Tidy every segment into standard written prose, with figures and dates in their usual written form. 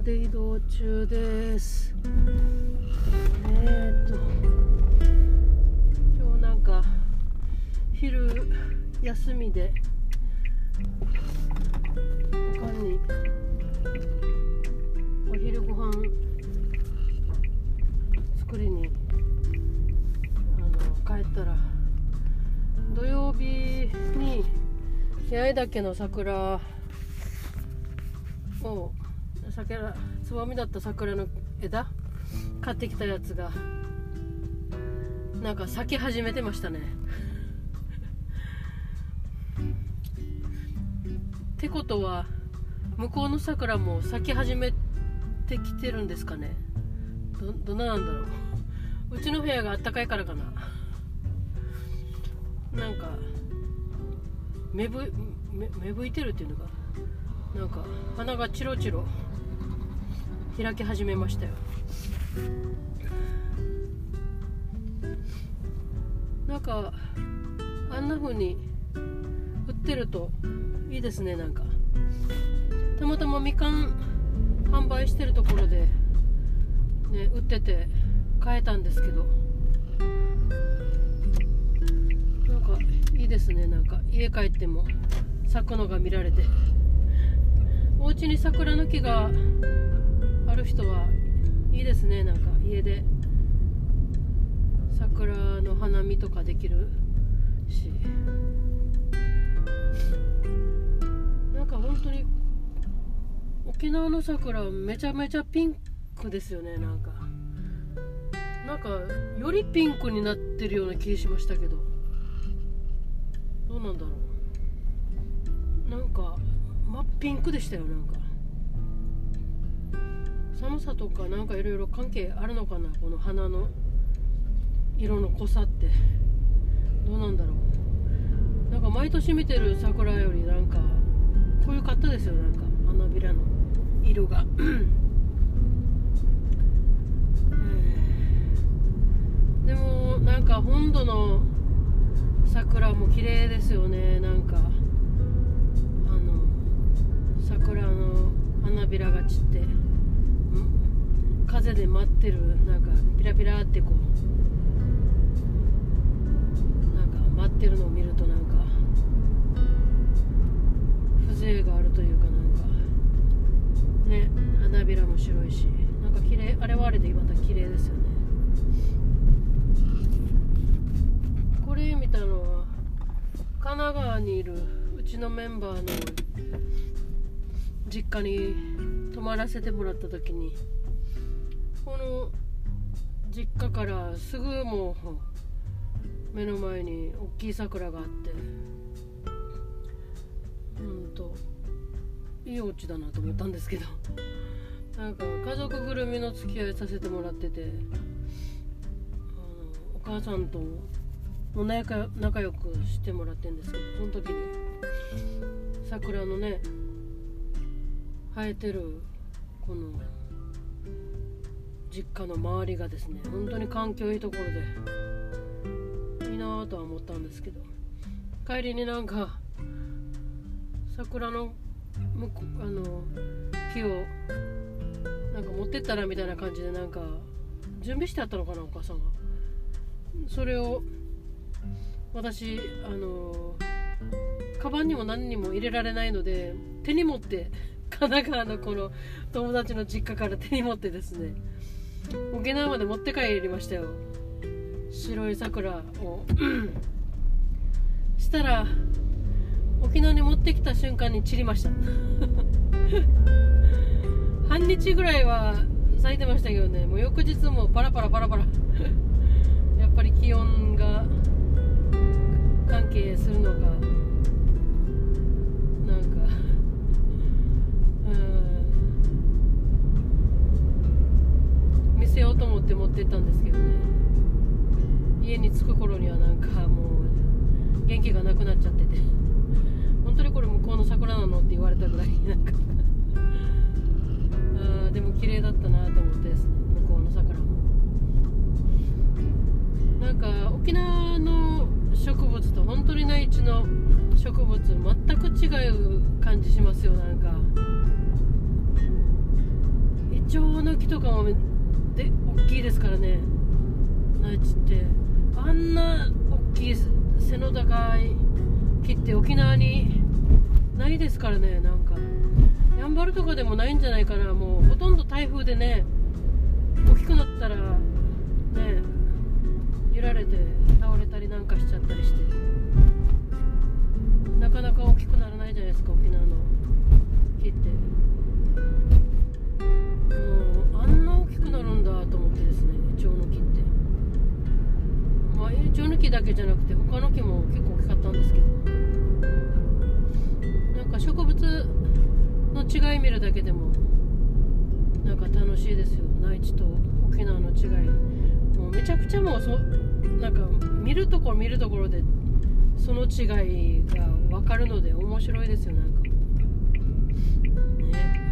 で移動中です。今日なんか昼休みでおかんにお昼ご飯作りに帰ったら、土曜日に八重岳の桜をつぼみだった桜の枝買ってきたやつがなんか咲き始めてましたね。ってことは向こうの桜も咲き始めてきてるんですかね。どんななんだろう。うちの部屋があったかいからかな。なんか芽吹いてるっていうのか、なんか花がチロチロ開き始めましたよ。なんかあんな風に売ってるといいですね。なんかたまたまみかん販売してるところでね売ってて買えたんですけど、なんかいいですね。なんか家帰っても咲くのが見られて、お家に桜の木がある人はいいですね。なんか家で桜の花見とかできるし、なんか本当に沖縄の桜めちゃめちゃピンクですよね。なんかよりピンクになってるような気しましたけど、どうなんだろう。なんか真っピンクでしたよ。なんか寒さとかなんかいろいろ関係あるのかな、この花の色の濃さってどうなんだろう。なんか毎年見てる桜よりなんか濃ゆかったですよ。なんか花びらの色がでもなんか本土の桜も綺麗ですよね。なんか桜の花びらが散って風で舞ってる、なんかピラピラってこうなんか舞ってるのを見るとなんか風情があるというか、なんかね花びらも白いし、なんか綺麗、あれはあれでまた綺麗ですよね。これ見たのは神奈川にいるうちのメンバーの実家に泊まらせてもらった時に、この実家からすぐもう目の前に大きい桜があって、いいお家だなと思ったんですけど、なんか家族ぐるみの付き合いさせてもらってて、お母さんとも仲良くしてもらってるんですけど、その時に桜のね生えてるこの実家の周りがですね、本当に環境いいところでいいなとは思ったんですけど、帰りになんか桜の木をなんか持ってったらみたいな感じで、なんか準備してあったのかな、お母さんが。それを私カバンにも何にも入れられないので、手に持って神奈川のこの友達の実家から手に持ってですね、沖縄まで持って帰りましたよ、白い桜をしたら沖縄に持ってきた瞬間に散りました半日ぐらいは咲いてましたけどね、もう翌日もパラパラやっぱり気温が関係するのか、なんか見せようと思って持ってったんですけどね、家に着く頃にはなんかもう元気がなくなっちゃってて、本当にこれ向こうの桜なのって言われたぐらいなんかでも綺麗だったなと思ってですね、向こうの桜もなんか沖縄の植物と本当に内地の植物全く違う感じしますよ。なんかイチョウの木とかも大きいですからね、内地って。あんな大きい背の高い木って沖縄にないですからね。なんかやんばるとかでもないんじゃないかな。もうほとんど台風でね、大きくなったらね揺られて倒れたりなんかしちゃったりして、なかなか大きくならないじゃないですか、沖縄の木って。もうあんな大きくなるんだと思ってですね、イチョウの木って。まあイチョウの木だけじゃなくて他の木も結構大きかったんですけど、なんか植物の違い見るだけでもなんか楽しいですよ。内地と沖縄の違い、もうめちゃくちゃもうなんか見るところでその違いが分かるので面白いですよ。なんかね、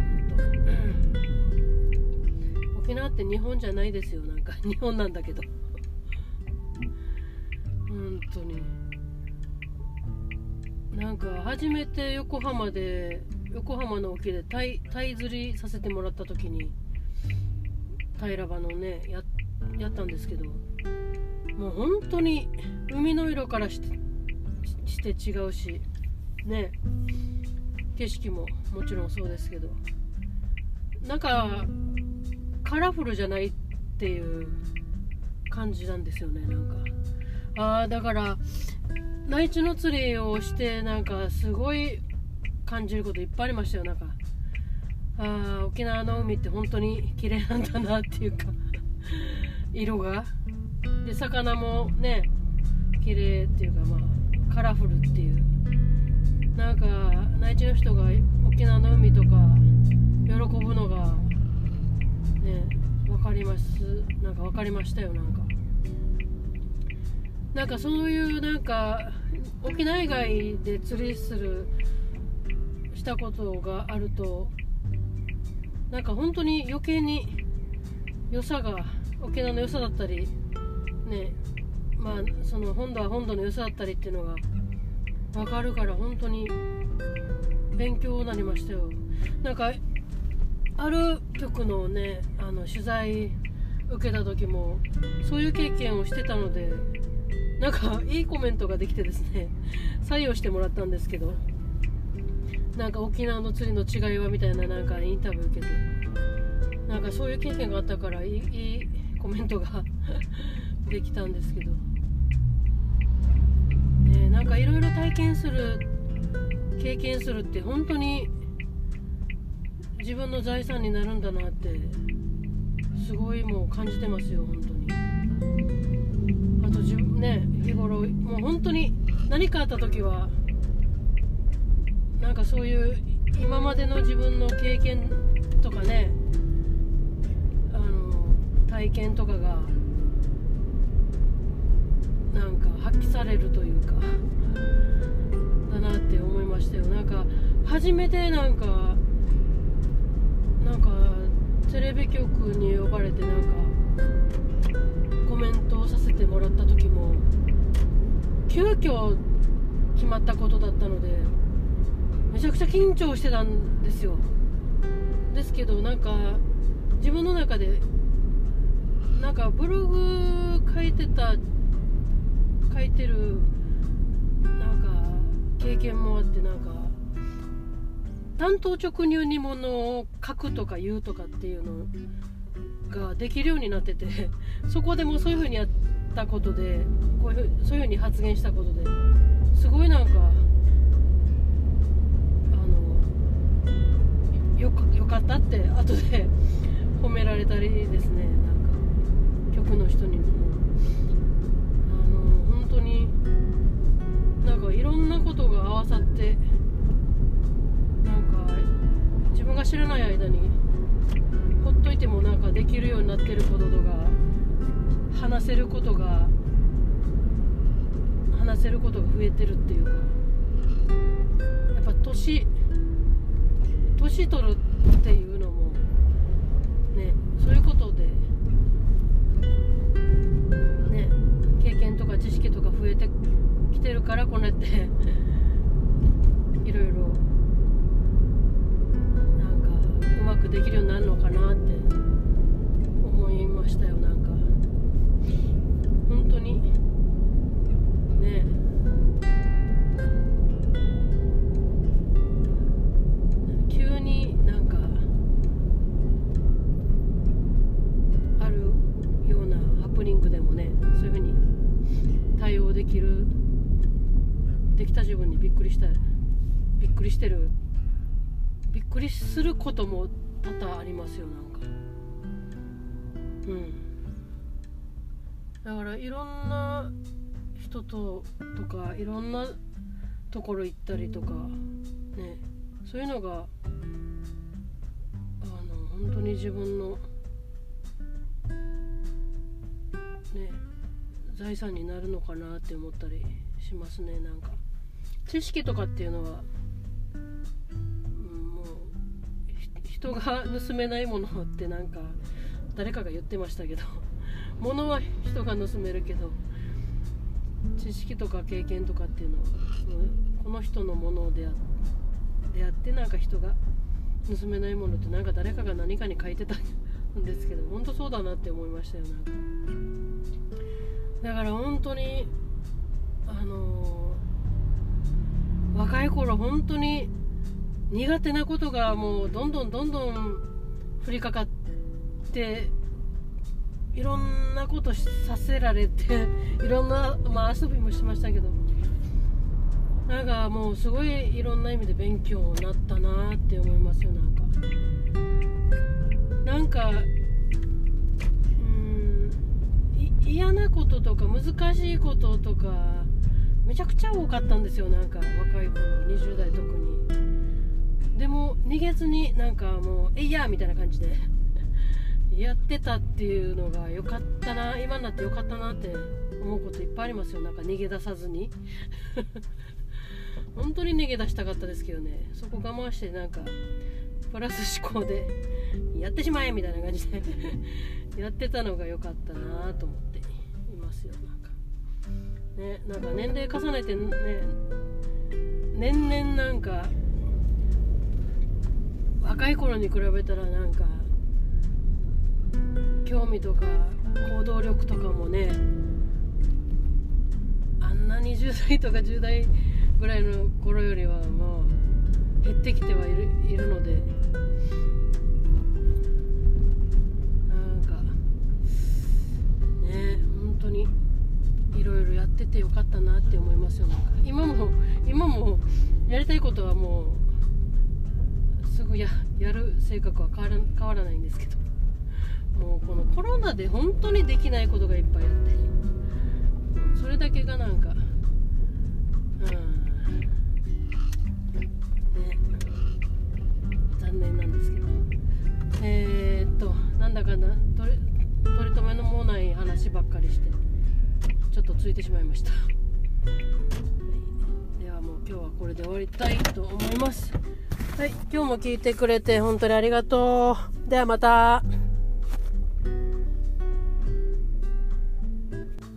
沖縄って日本じゃないですよ。なんか日本なんだけど本当になんか初めて横浜の沖でタイ釣りさせてもらった時に平場のね やったんですけど、もう本当に海の色からして違うしね、景色ももちろんそうですけど、なんかカラフルじゃないっていう感じなんですよね。なんかだから内地の釣りをしてなんかすごい感じることいっぱいありましたよ。なんか沖縄の海って本当に綺麗なんだなっていうか色がで、魚もね綺麗っていうか、まあカラフルっていう、なんか内地の人が沖縄の海とか喜ぶのがね分かります。なんか分かりましたよ。なんかそういうなんか沖縄以外で釣りしたことがあると、なんか本当に余計に良さが沖縄の良さだったりね、まあその本土は本土の良さだったりっていうのが分かるから、本当に勉強になりましたよ。なんかある局のね取材受けた時もそういう経験をしてたので、なんかいいコメントができてですね採用してもらったんですけど、なんか沖縄の釣りの違いはみたいななんかインタビュー受けて、なんかそういう経験があったからいいコメントができたんですけどね。なんかいろいろ体験する経験するって本当に自分の財産になるんだなってすごいもう感じてますよ。本当にあとね、日頃もう本当に何かあった時はなんかそういう今までの自分の経験とかね、体験とかがなんか発揮されるというかだなって思いましたよ。なんか初めてなんかテレビ局に呼ばれてなんかコメントをさせてもらった時も急遽決まったことだったのでめちゃくちゃ緊張してたんですよ。ですけどなんか自分の中でなんかブログ書いてるなんか経験もあって、なんか単刀直入にものを書くとか言うとかっていうのができるようになってて、そこでもそういう風にやったことでそういう風に発言したことですごいなんかよかったって後で褒められたりですね。なんか局の人にも本当になんかいろんなことが合わさってなんか自分が知らない間にほっといてもなんかできるようになってることとか話せることが増えてるっていうか、やっぱ年取るっていうのもね、そういうことでね経験とか知識とか増えてきてるからこうやっていろいろなんかうまくできるようになるのかなってできた自分にびっくりしてる、びっくりすることも多々ありますよ。なんかだからいろんな人とかいろんなところ行ったりとかね、そういうのが本当に自分のね財産になるのかなって思ったりしますね。なんか知識とかっていうのは、もう人が盗めないものってなんか誰かが言ってましたけど物は人が盗めるけど知識とか経験とかっていうのはこの人のものであってなんか人が盗めないものってなんか誰かが何かに書いてたんですけど、本当そうだなって思いましたよ。なんかだから本当に若い頃本当に苦手なことがもうどんどん降りかかっていろんなことさせられていろんな、遊びもしましたけど、なんかもうすごいいろんな意味で勉強になったなって思いますよ。なんか嫌なこととか難しいこととかめちゃくちゃ多かったんですよ。なんか若い頃20代特に。でも逃げずになんかもうえいやみたいな感じでやってたっていうのが良かったな、今になって良かったなって思うこといっぱいありますよ。なんか逃げ出さずに本当に逃げ出したかったですけどね、そこ我慢してなんかプラス思考でやってしまえみたいな感じでやってたのが良かったなと思っていますよ。なんか年齢重ねてね、年々なんか若い頃に比べたらなんか興味とか行動力とかもね、あんな20代とか10代ぐらいの頃よりはもう減ってきてはいるので、なんかね本当にいろいろやっててよかったなって思いますよ。なんか今もやりたいことはもうすぐ やる性格は変わらないんですけど、もうこのコロナで本当にできないことがいっぱいあって、それだけがなんか残念なんですけど、なんだかな取り留めのもない話ばっかりしてちょっとついてしまいました、ではもう今日はこれで終わりたいと思います。はい、今日も聞いてくれて本当にありがとう。ではまた。